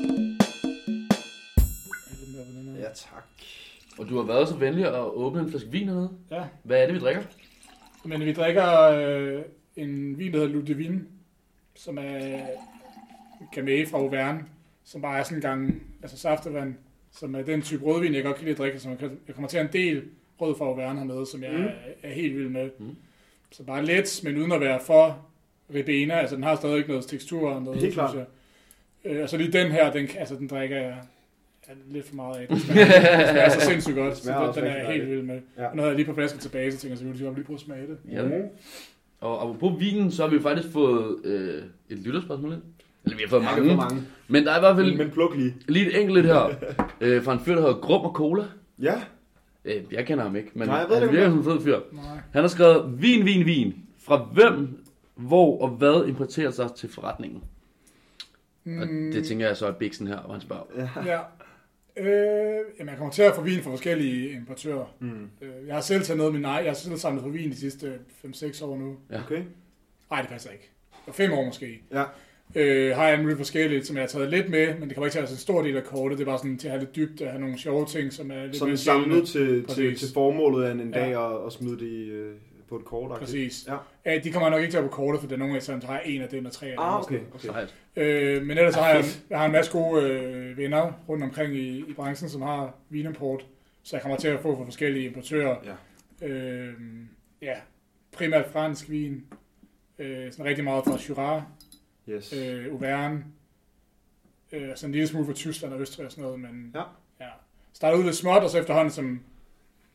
Ja, tak. Og du har været så venlig at åbne en flaske vin hernede. Ja. Hvad er det, vi drikker? Men vi drikker øh, en vin, der hedder Ludivine, som er Gamay fra Auvergne, som bare er sådan en gang, altså saftevand, som er den type rødvin, jeg godt kan lide at drikke, som jeg, jeg kommer til at en del rød fra Auvergne hernede, som jeg mm. er, er helt vild med. Mm. Så bare let, men uden at være for ribena, altså den har stadig ikke noget tekstur og noget, helt klart. synes jeg. Øh, og så lige den her, den, altså den drikker jeg lidt for meget af. Det smager så sindssygt godt, så den, den er jeg helt vild med. Ja. Og nu havde jeg lige på flasken tilbage, så tænker jeg, så ville jeg lige prøve at smage det. Ja. Mm. Og på vinen, så har vi faktisk fået øh, et lytterspørgsmål ind. Eller vi har fået mange. Ja, mange. Men der er i hvert fald men pluk lige. lige et enkelt her. øh, fra en fyr, der hedder Grum og Cola. Ja. Øh, jeg kender ham ikke, men nej, jeg ved han virker som en fed fyr. Nej. Han har skrevet, vin, vin, vin. Fra hvem, hvor og hvad importerer sig til forretningen? Mm. Og det tænker jeg så er Bixen her, hvor han spørger. Ja. ja. Øh, jamen, jeg kommer til at få vin fra forskellige importører. Mm. Øh, jeg har selv taget noget med nej. Jeg har selv samlet på vin de sidste fem seks år nu. Ja. Okay. Nej, det passer ikke. For fem år måske. Ja. Øh, har jeg muligt forskelligt, som jeg har taget lidt med, men det kommer ikke til at være så en stor del af kortet. Det er bare sådan til at have lidt dybt, at have nogle sjove ting, som er lidt som samlet til, til, til formålet af en, en dag ja. og, og smide det i, uh, på et kort. Præcis. Ja. Øh, de kommer nok ikke til at på kortet, for det er nogle af dem, der har en af dem og tre af dem. Ah, okay. okay. Øh, men ellers har jeg, jeg har en masse gode øh, venner rundt omkring i, i branchen, som har vinimport, så jeg kommer til at få fra forskellige importører. Ja. Øh, ja, primært fransk vin, øh, sådan rigtig meget fra Jura. Yes. Øh, Auvergne, øh, sådan en lille smule fra Tyskland og Østrig og sådan noget, men ja. ja. Startede ud lidt småt, og så efterhånden, som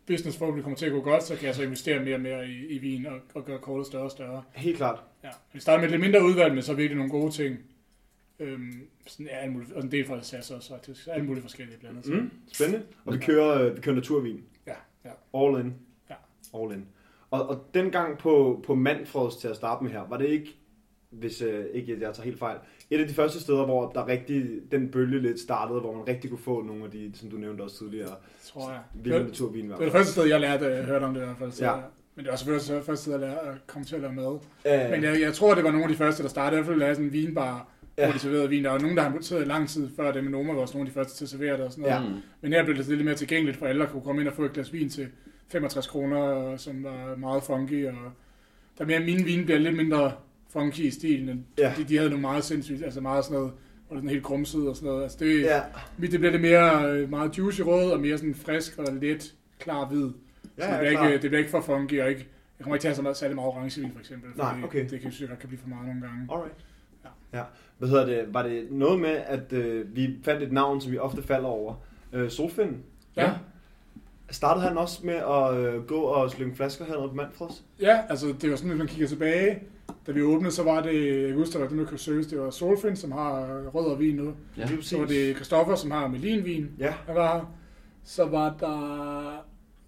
business forhåbentlig kommer til at gå godt, så kan jeg så investere mere og mere i, i vin og, og gøre kortet større og større. Helt klart. Ja. Vi starter med et lidt mindre udvalg, men så virkelig nogle gode ting. Øhm, sådan, ja, muligt, og en del fra det sas også, faktisk. Alle mulige forskellige blandet. Mm, spændende. Og vi kører, vi kører naturvin. Ja, ja. All in. Ja. All in. Og, og dengang på, på Manfreds til at starte med her, var det ikke, hvis øh, ikke jeg tager helt fejl, et af de første steder, hvor der rigtig, den bølge lidt startede, hvor man rigtig kunne få nogle af de, som du nævnte også tidligere, tror jeg. vilde naturvin. Det var det første sted, jeg lærte, jeg hørte om det i hvert fald. Så, ja. Men det var selvfølgelig også det første sted, jeg lærte at komme til at lave mad. Æh. Men jeg, jeg tror, det var nogle af de første, der startede. I hvert fald lavede sådan en vinbar, ja. Hvor de serverede vin. Der var nogen, der har siddet i lang tid før det, men Noma var også nogle af de første til at servere det og sådan noget. Ja. Men her blev det lidt mere tilgængeligt for alle, at kunne komme ind og få et glas vin til femogtres kroner, som var meget funky. Og der mere mine vine bliver lidt mindre funky i stilen. Ja. De, de havde nogle meget sindssygt, altså meget sådan noget, hvor det sådan helt grumset og sådan noget. Altså det, ja. det bliver det mere meget juicy rød og mere sådan frisk og lidt klar hvid. Ja, så det bliver, ikke, det bliver ikke for funky og ikke, jeg kommer ikke til at have så meget, særlig meget orangevin for eksempel. Nej, okay. Det kan jo kan blive for meget nogle gange. Alright. Ja. Ja. Hvad hedder det? Var det noget med, at øh, vi fandt et navn, som vi ofte falder over? Øh, Solfinn? Ja. Startede han også med at øh, gå og slynge flasker hernede på Manfreds? Ja, altså det var sådan, hvis man kigger tilbage, da vi åbnede, så var det, jeg husker, der var det med service, det var Solfinn, som har rød og vin nu. Ja, så var det Christoffer, som har melinvin. Ja. Der var. Så var der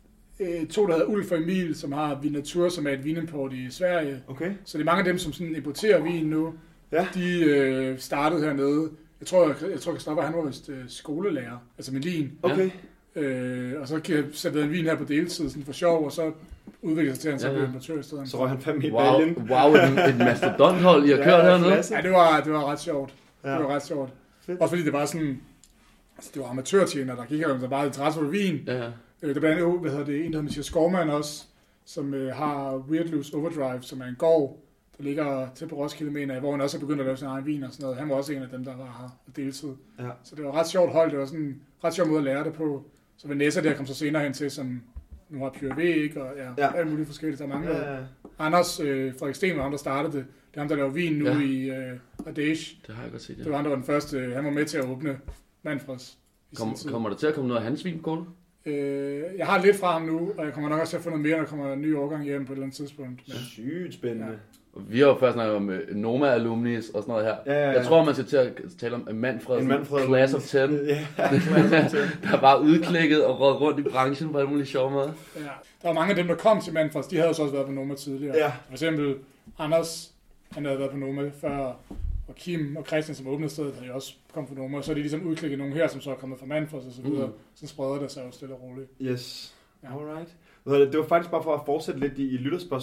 øh, to, der hedder Ulf og Emil, som har Vin Natur, som er et vinimport i Sverige. Okay. Så det er mange af dem, som sådan importerer vin nu. Ja. De øh, startede hernede. Jeg tror, jeg, jeg tror Christoffer, han var vist øh, skolelærer, altså melin. Okay. Øh, og så kan jeg sætte en vin her på deltid sådan for sjov, og så udvikle sig til, at han så ja, ja. blev importør i stedet. Så røg han fem i wow, baljen. Wow, et, et mastodonthold, I har ja, kørt hernede. Ja, det var, det var ret sjovt. Ja. Det var ret sjovt. Fedt. Også fordi det var sådan, altså det var amatørtjener, der gik her, der bare interesse for vin. Ja, ja. Øh, der blandt andet, hvad hedder det, en der hedder Mathias Skovmand også, som øh, har Weird Loose Overdrive, som er en gård, der ligger til på Roskilde, mener jeg, hvor han også er begyndt at lave sin egen vin og sådan noget. Han var også en af dem, der var her på deltid. Ja. Så det var ret sjovt hold, det var sådan en ret sjov måde at lære det på. Så Vanessa der kom så senere hen til, som nu har Pure V, ikke? Og ja, ja. Alle mulige forskellige, der mange. Ja, ja. Anders, øh, Frederik Sten var ham, der startede det. Det er ham, der laver vin nu ja. i øh, Ardèche. Det har jeg godt set, ja. Det var ham, der var den første. Han var med til at åbne Manfreds. Kom, kommer der til at komme noget af hans vin på kortet? Øh, jeg har lidt fra ham nu, og jeg kommer nok også til at få noget mere, når der kommer en ny årgang hjem på et eller andet tidspunkt. Men... Sygt spændende. Ja. Vi har jo først snakket om Noma Alumnis og sådan noget her. Ja, ja, ja. Jeg tror, man skal til at tale om Manfred, en Manfred Class of ti. Ja, Class of ti. Der var udklikket og råd rundt i branchen på alle mulige sjove måder. Ja, der var mange af dem, der kom til Manfreds, de havde så også været på Noma tidligere. Ja. For eksempel Anders, han havde været på Noma før, og Kim og Christian, som åbnede stedet, havde også kommet på Noma. Så er de ligesom udklikket nogen her, som så er kommet fra Manfreds og så videre. Mm. Så spreder det sig jo stille og roligt. Yes. Ja. Alright. Det var faktisk bare for at fortsætte lidt i, i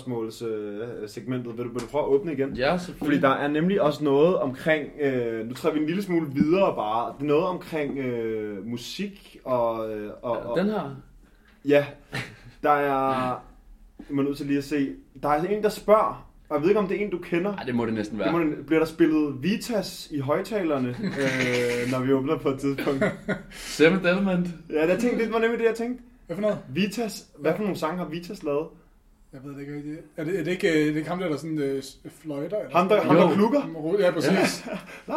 lytterspørgsmålssegmentet. Vil du, vil du prøve at åbne igen? Ja, selvfølgelig. Fordi der er nemlig også noget omkring, øh, nu træder vi en lille smule videre bare, det er noget omkring øh, musik og, øh, og, og... Den her? Ja, der er, jeg må nødt til lige at se, der er en, der spørger, og jeg ved ikke, om det er en, du kender. Nej, det må det næsten være. Det må, bliver der spillet Vitas i højtalerne, øh, når vi åbner på et tidspunkt? Seventh Element? Ja, jeg tænkte, det var nemlig det, jeg tænkte. Hvad for noget? Vitas. Hvad for nogle sange har Vitas lavet? Jeg ved det ikke rigtigt. Er det, er det ikke er det ikke ham der, der sådan uh, fløjter? Eller? Ham der, ham der klukker? Ja, præcis. Ja.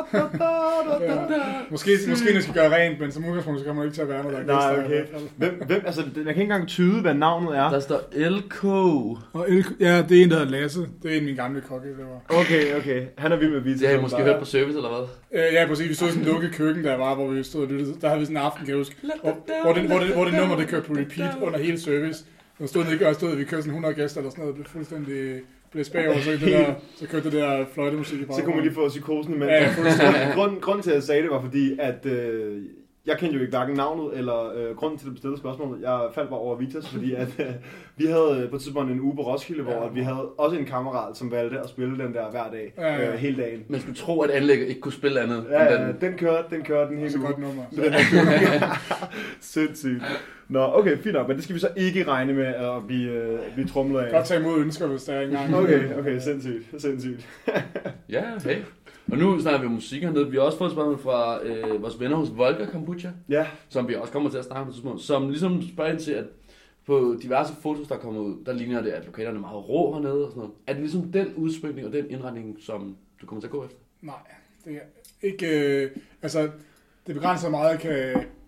Måske, måske det skal gøre rent, men som udgangspunkt, så kommer man ikke til at være noget, der er Nej, okay. Hvem, hvem, altså, jeg kan ikke engang tyde, hvad navnet er. Der står L K. Og L K, ja, det er en, der hedder Lasse. Det er en af mine gamle kokkeelever. Okay, okay. Han er vild med Vitas. Det har I måske hørt på service, eller hvad? Øh, ja, præcis. Vi stod i sådan en lukket køkken, der var, hvor vi stod og lyttede. Der havde vi sådan en aften, kan jeg huske, hvor, hvor, det, hvor, det, hvor det nummer, det kørte på repeat under hele service. Så stod det ikke, og stod, vi kørte sådan hundrede gæster eller sådan noget, det blev fuldstændig blæst bagover, så, det der, så kørte det der fløjtemusik i baggrunden. Så kunne man lige få psykosen imens. Ja, fuldstændig. Grunden, grunden til, at jeg sagde det, var fordi, at øh, jeg kendte jo ikke hverken navnet, eller øh, grunden til, at bestille spørgsmålet. Jeg faldt bare over Vitas, fordi at, øh, vi havde på et tidspunkt en uge på Roskilde, hvor ja, vi havde også en kammerat, som valgte at spille den der hver dag, ja, ja. Øh, hele dagen. Man skulle tro, at anlægget ikke kunne spille andet. Ja, ja den, den kørte den, kørte den hele uge. Godt nummer. Så den er sindssygt. Nå, okay, fint nok, men det skal vi så ikke regne med at blive, øh, blive trumlet af. Godt tage imod ønsker, hvis der er engang. Okay, okay, sindssygt, sindssygt. Ja, hey. Og nu snakker vi om musik hernede. Vi har også fået spørgsmål fra øh, vores venner hos Volker Kombucha, ja. Som vi også kommer til at snakke om, som ligesom spørger ind til, at på diverse fotos, der kommer ud, der ligner det, at lokalerne er meget rå hernede og sådan noget. Er det ligesom den udsmykning og den indretning, som du kommer til at gå efter? Nej, det er ikke... Øh, altså, det begrænser meget, kan...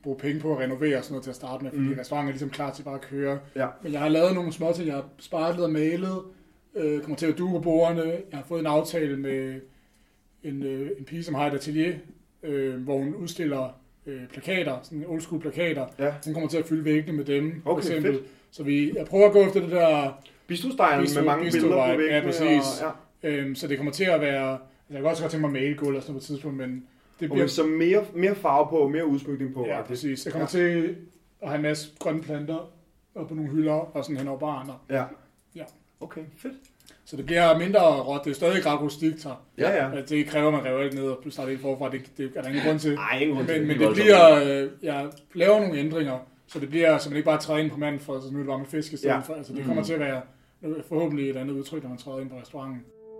bruge penge på at renovere og sådan noget til at starte med, fordi Mm. restauranten er ligesom klar til bare at køre. Ja. Men jeg har lavet nogle små ting. Jeg har sparet og malet, øh, kommer til at duge på bordene. Jeg har fået en aftale med en, øh, en pige, som har et atelier, øh, hvor hun udstiller øh, plakater, sådan old school plakater. Ja. Hun kommer til at fylde væggene med dem, for Okay, eksempel. fedt. Så vi, jeg prøver at gå efter det der Bistro-style Bistro- med mange Bistro billeder på vibe, væggene. ja, præcis. Og, ja. Øhm, så det kommer til at være... Altså, jeg kan også godt tænke mig at male gulv og sådan noget på et tidspunkt, men det Okay, bliver... så mere, mere farve på, mere udsmykning på. Ja, og det- præcis. Jeg kommer Ja. til at have en masse grønne planter og på nogle hylder og sådan hen over baren. Ja. Ja. Okay, fedt. Så det bliver mindre råt. Det er stadig ret rustikt her. Ja, ja. Altså, det kræver, at man rever alt ned og starter helt forfra. Det, det er der ingen grund til. Nej, ingen grund til Men, men det er det voldsomt. bliver... Øh, jeg laver nogle ændringer, så det bliver, så man ikke bare træder ind på manden for, så nu er det bare med fisk i stedet Ja. for. Altså, det kommer Mm. til at være forhåbentlig et andet udtryk, når man træder ind på restauranten.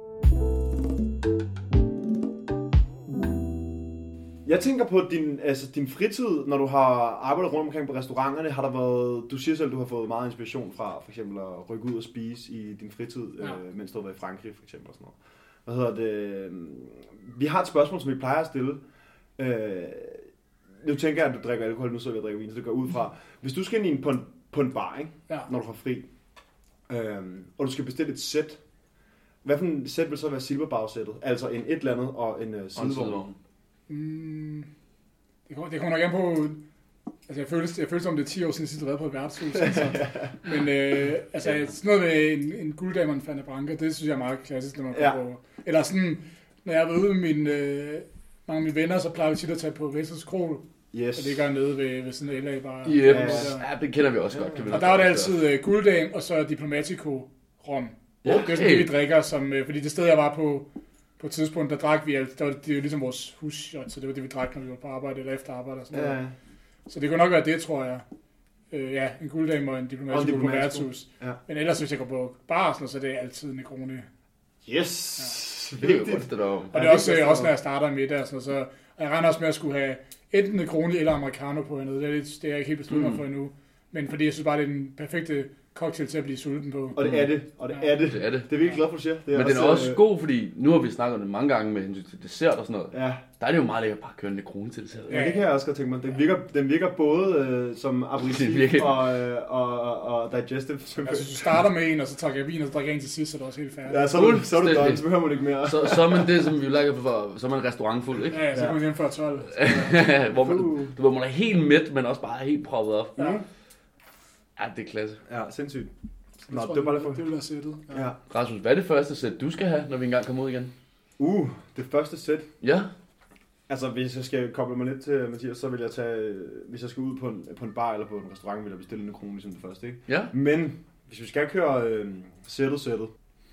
Jeg tænker på din, altså din fritid, når du har arbejdet rundt omkring på restauranterne, har der været, du siger selv, at du har fået meget inspiration fra for eksempel at rykke ud og spise i din fritid, Ja. øh, mens du har været i Frankrig for eksempel og sådan noget. Hvad hedder det? Vi har et spørgsmål, som vi plejer at stille. Øh, nu tænker jeg, at du drikker alkohol, nu så jeg drikker vin, så det går ud fra. Hvis du skal ind i en, på, en, på en bar, ikke? Ja. Når du har fri, øh, og du skal bestille et sæt, hvad for en sæt vil så være silverbagsættet? Altså en et eller andet og en uh, Og en sidevogn. sidevogn. Mm, det, kommer, det kommer nok an på... Altså, jeg føles, jeg føles som det er ti år siden, sidst jeg har været på et værtshus. Altså. Men øh, altså, sådan noget med en, en gulddame og en Fanta Branca, det synes jeg er meget klassisk, når man Ja. ja. på. Eller sådan, når jeg har været ude med mine, øh, mange af mine venner, så plejer vi tit at tage på Vesters Kro, Yes. der ligger nede ved, ved sådan en L A bar. Yep. Ja. Ja, det kender vi også godt. Det vil Og jeg der var det godt altid øh, gulddame, og så Diplomatico rom. Ja, Det er sådan okay. det, vi drikker, som, øh, fordi det sted, jeg var på, på et tidspunkt, der drak vi alt. Der var, det er jo ligesom vores husshot, så det var det, vi drak, når vi var på arbejde eller efter arbejde og sådan Ja, noget. Så det kunne nok være det, tror jeg. Øh, ja, en gulddame og en Diplomatico Og en på Diplomatico. værtshus. Ja. Men ellers, hvis jeg går på bar, og sådan noget, så er det altid Negroni. Yes! Det er jo godt, det der. Og Ja, det er også, det er øh, også når jeg starter middag og sådan noget, så og jeg regner også med at skulle have enten Negroni eller Americano på hernede. Det er, lidt, det er jeg ikke helt besluttet mig Mm. for endnu. Men fordi jeg synes bare, det er den perfekte cocktail til at blive sulten på. Og det er det, og det er det. Det er det. Det er virkelig glad for, at du siger. Det Men den er også øh, god, fordi nu har vi snakket om det mange gange med hensyn til dessert og sådan noget. Ja, Der er det jo meget lækkert bare at køre en Negroni til dessert. ja, det kan jeg også godt tænke mig. Den virker, den virker både øh, som Det aperitif virker- og, øh, og, og, og digestive. Altså, hvis du starter med en, og så tager jeg vin, og så drikker jeg en til sidst, så er det også helt færdigt. Ja, så er du, så er du Fuldstændig. done, så behøver man ikke mere. Så, så er man det, som vi jo lægger for, så er man restaurantfuld, ikke? Ja, ja, så Ja. kommer vi hjem før tolv. Hvor man, Uh. du, hvor man er helt mæt, men også bare helt proppet op. Ja. Ja, det er klasse. Ja, sindssygt. Jeg Nå, tror, det var bare lidt for... Det vil være sættet. Ja. Rasmus, hvad er det første sæt, du skal have, når vi engang kommer ud igen? Uh, det første sæt. Ja, Altså, hvis jeg skal koble mig lidt til Mathias, så vil jeg tage... Hvis jeg skal ud på en, på en bar eller på en restaurant, vil jeg bestille en Negroni som det første, ikke? ja. Men, hvis vi skal køre øh, sættet, sættet,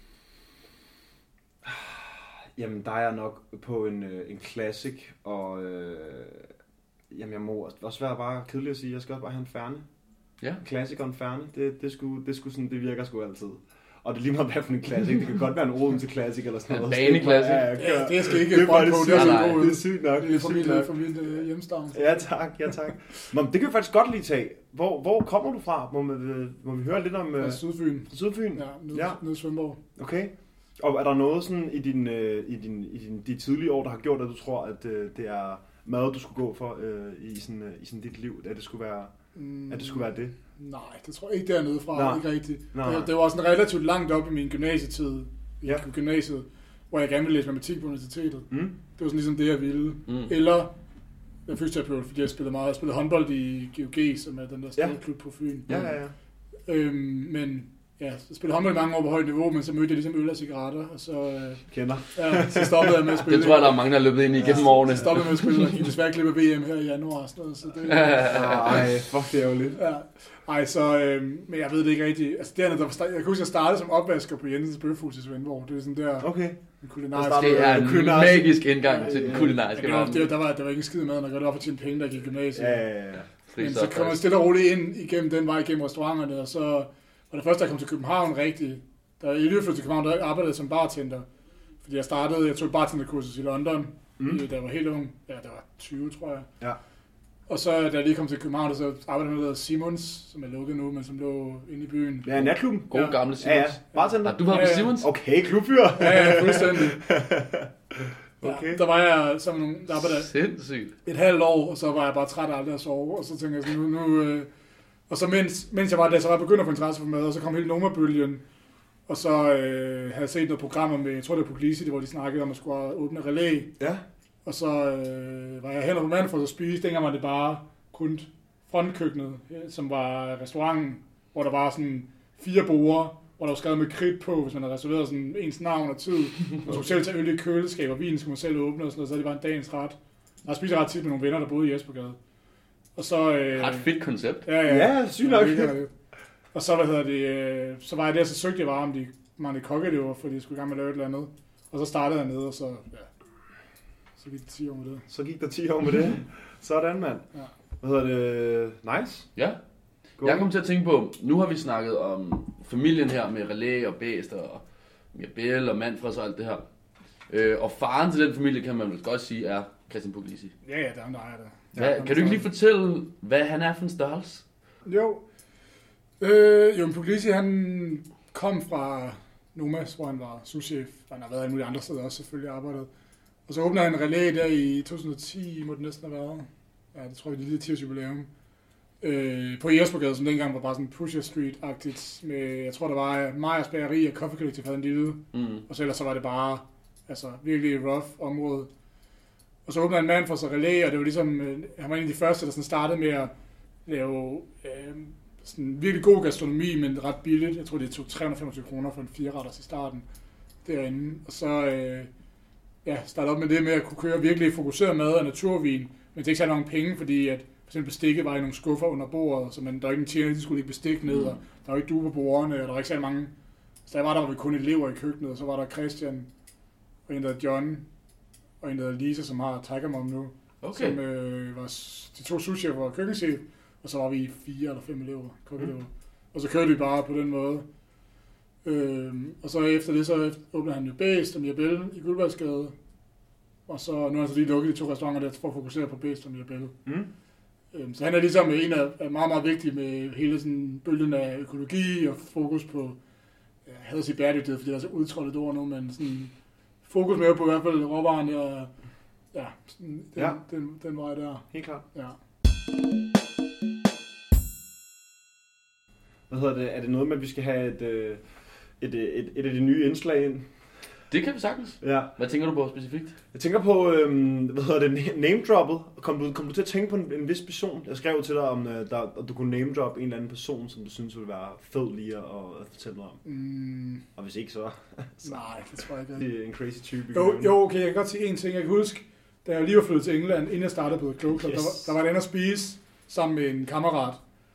jamen der er jeg nok på en, øh, en classic, og øh, jamen jeg må også være bare kedelig at sige, jeg skal også bare have en færne. Ja. En classic og en færne, det, det, skulle, det, skulle sådan, det virker sgu altid. Og det er lige meget, hvad for en classic. Det kan godt være en Oden til classic eller sådan En noget. bane-classic. Ja, jeg kører- Ja, det skal ikke det er brænde faktisk på, det er sygt så nok. god ud. Det er sygt nok. Det er fra sygt min, nok. fra min øh, hjemstavn. Ja tak, ja tak. Nå, men det kan vi faktisk godt lige tage. Hvor, hvor kommer du fra? Må, man, må vi høre lidt om Fra uh, Sydfyn. Sydfyn? Ja, nede, Ja. nede i Svendborg. Okay. Og er der noget sådan i, din, øh, i, din, i din, de tidlige år, der har gjort, at du tror, at øh, det er mad, du skulle gå for øh, i, sådan, øh, i sådan dit liv? At det skulle være, Mm, at det, skulle være det? Nej, det tror jeg ikke dernede fra. Nej. Ikke rigtigt. Nej. Det, det var sådan relativt langt op i min gymnasietid. I Ja. gymnasiet, hvor jeg gerne ville læse matematik på universitetet. Mm? Det var sådan ligesom det, jeg ville. Mm. Eller jeg er fysioterapeut, fordi jeg spillede meget. Jeg spillede håndbold i G O G, som er den der store Ja. klub på Fyn. Ja, ja, ja. Øhm, men ja, jeg spillede håndbold i mange år på højt niveau, men så mødte jeg ligesom øl og cigaretter, og så, øh, Kender. ja, så stoppede jeg med at spille. Det tror jeg, der er mange, der er løbet ind i gennem årene. Så stoppede jeg med at spille, og gik desværre glip af V M her i januar og sådan noget, så det... Ej, fuck det er jo lidt. Ja. Ej, så, øh, men jeg ved det ikke rigtigt. Altså, dernede, der var start, jeg kan huske, at jeg startede som opvasker på Jensens Bøfhus i Svendborg. Det er sådan der Okay. kulinarisk. Der startede- Det er en Kulinarisk. magisk indgang til den kulinariske det var, verden. det, var- der, var, der var ikke en skid mad, når jeg op for at tjene penge, der gik i gymnasiet. Ja, ja, ja. Fri Men så stop, kom man faktisk. stille og roligt ind igennem den vej, igennem restauranterne, og så var det første, jeg kom til København rigtigt. Da jeg lige flyttede til København, der arbejdede jeg som bartender. Fordi jeg startede, jeg tog et bartenderkursus i London, Mm. mm. da jeg var helt ung. Ja, der var tyve, tror jeg. Ja. Og så da jeg lige kom til København, så arbejdede jeg med noget, der hedder Simons, som er lukket nu, men som lå inde i byen. Ja, natklubben. God gamle Ja, ja. Simons. Bartender. Har du været på Ja, ja. Simons? Okay, klubfyr. Ja, ja, fuldstændig. Okay. Ja, der var jeg sammen med nogle, der arbejdede Sindssygt. et halvt år, og så var jeg bare træt af aldrig at sove, og så tænkte jeg sådan, nu, nu øh, og så mens, mens jeg var der, så var jeg begyndt at få interesse for mad, og så kom hele Noma-bølgen, og så øh, havde jeg set noget programmer med, jeg tror det var Publicity, hvor de snakkede om at skulle åbne relæ, Ja. og så øh, var jeg hen på Manfred og spise, dengang var det bare kun frontkøkkenet, som var restauranten, hvor der var sådan fire borde, hvor der var skrevet med kridt på, hvis man havde reserveret sådan ens navn og tid. Man skulle selv tage øl i køleskab, og vin skulle man selv åbne og sådan noget, så det var en dagens ret. Jeg spiste ret tit med nogle venner, der boede i Jespergade. Og så... Øh, Ret fedt koncept. Ja, ja. Ja, sygt nok. Og så, hvad hedder det, øh, så var jeg der, så søgte jeg bare, om de mange kokkeelever, fordi jeg skulle i gang med at lave et eller andet. Og så startede jeg nede, og så, ja, så gik det ti år med det. Så gik der ti år med det. Sådan, mand. Ja. Hvad hedder det? Nice. Ja. Go. Jeg kom til at tænke på, nu har vi snakket om familien her med Relæ og Bæst og Jabel og Manfred og alt det her. Øh, og faren til den familie, kan man vel godt sige, er Christian Puglisi. Ja, ja, der er ham, der ejer det. Hvad, Ja, kan du ikke lige fortælle, hvad han er for en størrelse? Jo. Øh, jo, men Puglisi, han kom fra Nomas, hvor han var souschef. Han har været alle mulige andre steder også selvfølgelig arbejdet. Og så åbnede han en relæ der i to tusind og ti, må det næsten have været. Ja, det tror jeg, det er lille ti års jubilæum. Øh, på Jespergade, som dengang var bare sådan Pusher Street-agtigt. Med, jeg tror, der var Majers Bageri og Coffee Collective havde en lille. Mm. Og så ellers så var det bare altså, virkelig rough område. Og så åbnede han mand for sig relæ, og det var ligesom, øh, han var en af de første, der sådan startede med at lave øh, sådan virkelig god gastronomi, men ret billigt. Jeg tror, det tog tre hundrede og femogtyve kroner for en fire-retters i starten derinde. Og så øh, ja, startede op med det med at kunne køre virkelig fokuseret mad og naturvin, men det er ikke særlig mange penge, fordi at for eksempel bestikket var i nogle skuffer under bordet, så man, der var ikke en tjener, de skulle ikke bestik ned, og der var ikke duer på bordene, og der var ikke særlig mange. Så der var der, var vi kun elever i køkkenet, og så var der Christian, og en der hedder John, og en der hedder Lisa, som har Tiger Mom nu. Okay. Som øh, var de to souschefer og køkkenchef, og så var vi fire eller fem elever, kokkeelever. Mm. Og så kørte vi bare på den måde. Øhm, og så efter det, så åbnede han jo Bæst og Mirabelle i Guldbergsgade. Og så nu har han så lige lukket de to restauranter der for at fokusere på Bæst og Mirabelle. Mm. Øhm, så han er ligesom en af er meget, meget vigtig med hele sådan bølgen af økologi og fokus på, jeg havde sige bæredygtighed, fordi det er så udtrådt et ord nu, men sådan fokus mere på i hvert fald råvarerne og ja, sådan, den, Ja. Den, den vej der. Helt klart. Ja. Hvad hedder det? Er det noget med, at vi skal have et, øh, et, et, et, et af de nye indslag ind? Det kan vi sagtens. Ja. Hvad tænker du på specifikt? Jeg tænker på, øhm, hvad hedder det, name-droppet. Kom du, kom du til at tænke på en, en vis person? Jeg skrev til dig, om øh, der, at du kunne name-droppe en eller anden person, som du synes ville være fed lige at, at fortælle noget om. Mm, Og hvis ikke, så, så nej, det tror jeg ikke. det er en crazy type. Jo, jo, okay, jeg kan godt sige en ting. Jeg kan huske, da jeg lige var flyttet til England, inden jeg startede på The Cloak Club, Yes. der, var, der var det inde at spise sammen med en kammerat.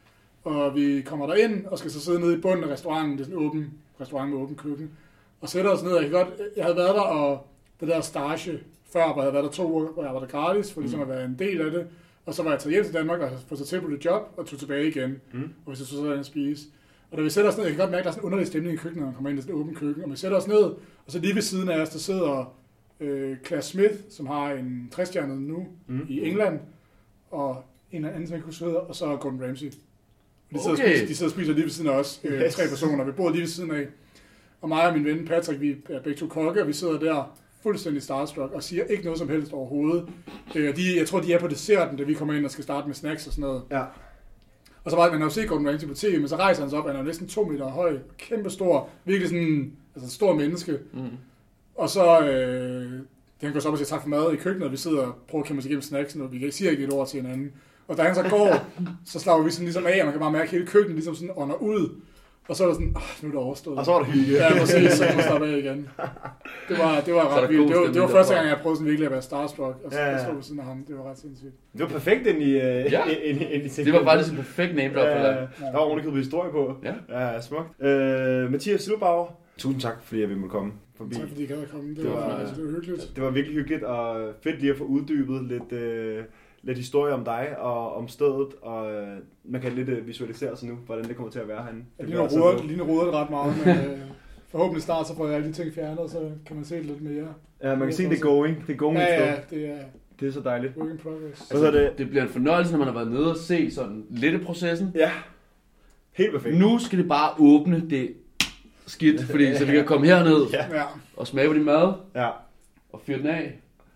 Og vi kommer der ind og skal så sidde nede i bunden af restauranten. Det er sådan en åben restaurant med åben køkken. Og sætter os ned. Jeg, kan godt, jeg havde været der, og det der stage før, hvor jeg havde været der to uger, hvor jeg var der gratis, for ligesom at være en del af det. Og så var jeg taget hjem til Danmark og fået sig tilbudt et job, og tog tilbage igen. Mm. Og hvis jeg så sad og spise. Og da vi sætter os ned, jeg kan godt mærke, at der er sådan en underlig stemning i køkkenet, når man kommer ind i sådan et åbent køkken. Og vi sætter os ned, og så lige ved siden af os, der sidder øh, Claire Smith, som har en tre-stjernet nu Mm. i England, og en anden, som jeg kunne sidde, og så Gordon Ramsay. De sidder, Okay. og spiser, de sidder og spiser lige ved siden af os, øh, Yes. tre personer. Vi bor lige ved siden af. Og mig og min ven Patrick, vi er begge to kokke, og vi sidder der fuldstændig starstruck og siger ikke noget som helst overhovedet. Øh, de, jeg tror, de er på desserten, da vi kommer ind og skal starte med snacks og sådan noget. Ja. Og så var man har jo set Gordon Ramsay på tv, men så rejser han sig op, han er næsten to meter høj, kæmpe stor, virkelig sådan, altså en stor menneske. Mm. Og så, øh, han går så op og siger tak for mad i køkkenet, og vi sidder og prøver at kæmpe os igennem snacksen, og vi kan ikke sige ikke et ord til hinanden. Og da han så går, så slapper vi sådan ligesom af, og man kan bare mærke hele køkkenet ligesom sådan ånder ud. Og så er der sådan, nu er det overstået. Og så var der hygge. Ja, præcis, så kan man slappe af igen. Det var, det var Så er der ret vildt. god Det var, det var stemning første derfra. gang, jeg prøvede sådan virkelig at være starstruck, og så Ja, ja. ja, ja. stå ved siden af ham. Det var ret sindssygt. Det var perfekt ind i, øh, Ja. ind, ind, ind i Det var faktisk en perfekt name drop for Ja, dig. der var ordentligt historie på. Ja. Ja, smukt. Øh, Mathias Silberbauer, tusind tak, fordi jeg ville komme forbi. Tak fordi I gad at komme. Det, Det det, var- var, altså, det var hyggeligt. Det var virkelig hyggeligt og fedt lige at få uddybet lidt, øh, lidt historie om dig og om stedet, og øh, man kan lidt øh, visualisere sig nu, hvordan det kommer til at være herinde. Ja, Det lige gør nu altså roder, noget. lige nu roder det ret meget, men øh, forhåbentlig snart så får jeg alle de ting fjernet, og så kan man se det lidt mere. Ja, man kan se, det er going. Det er going Ja, ja, ja, det er Det er så dejligt. work in progress. Hvad hedder det? Det bliver en fornøjelse, når man har været nede og se sådan lidt af processen. Ja, helt perfekt. Nu skal det bare åbne det skidt, fordi så vi kan komme herned Ja. Ja, og smage på din mad Ja, og fyre den af.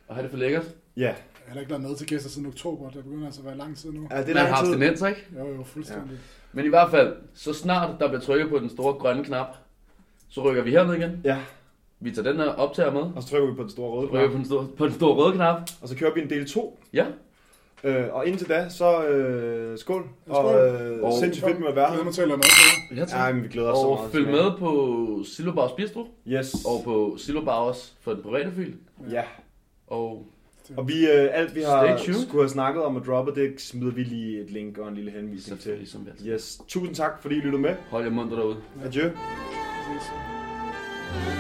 og have det for lækkert. Ja. Jeg har heller ikke været med til gæster siden oktober. Det begynder altså at være lang tid nu. Ja, det er Man lang har tid. abstinens, ikke? Jo, jo, fuldstændig. Ja. Men i hvert fald, så snart der bliver trykket på den store grønne knap, så rykker vi herned igen. Ja. Vi tager den her optager med. Og så trykker vi på den store røde Så rykker vi knap. på den store, på den store røde knap. Og så kører vi en del to. Ja. Øh, og indtil da, så øh, skål. Ja, skål. Og øh, Og- sindssygt fedt med at være Jeg her. må tale om også. Ja, tak. Ja, men vi glæder os så Og meget. følg til med på Silverbaus Bistro. Yes. Og på Silverbaus for den private fil. Ja. Og Og vi, øh, alt vi har Stay tuned. skulle have snakket om at droppe, det smider vi lige et link og en lille henvisning til. selvfølgelig som altid. Yes. Tusind tak, fordi I lyttede med. Hold jer munter derude. Adieu. Præcis.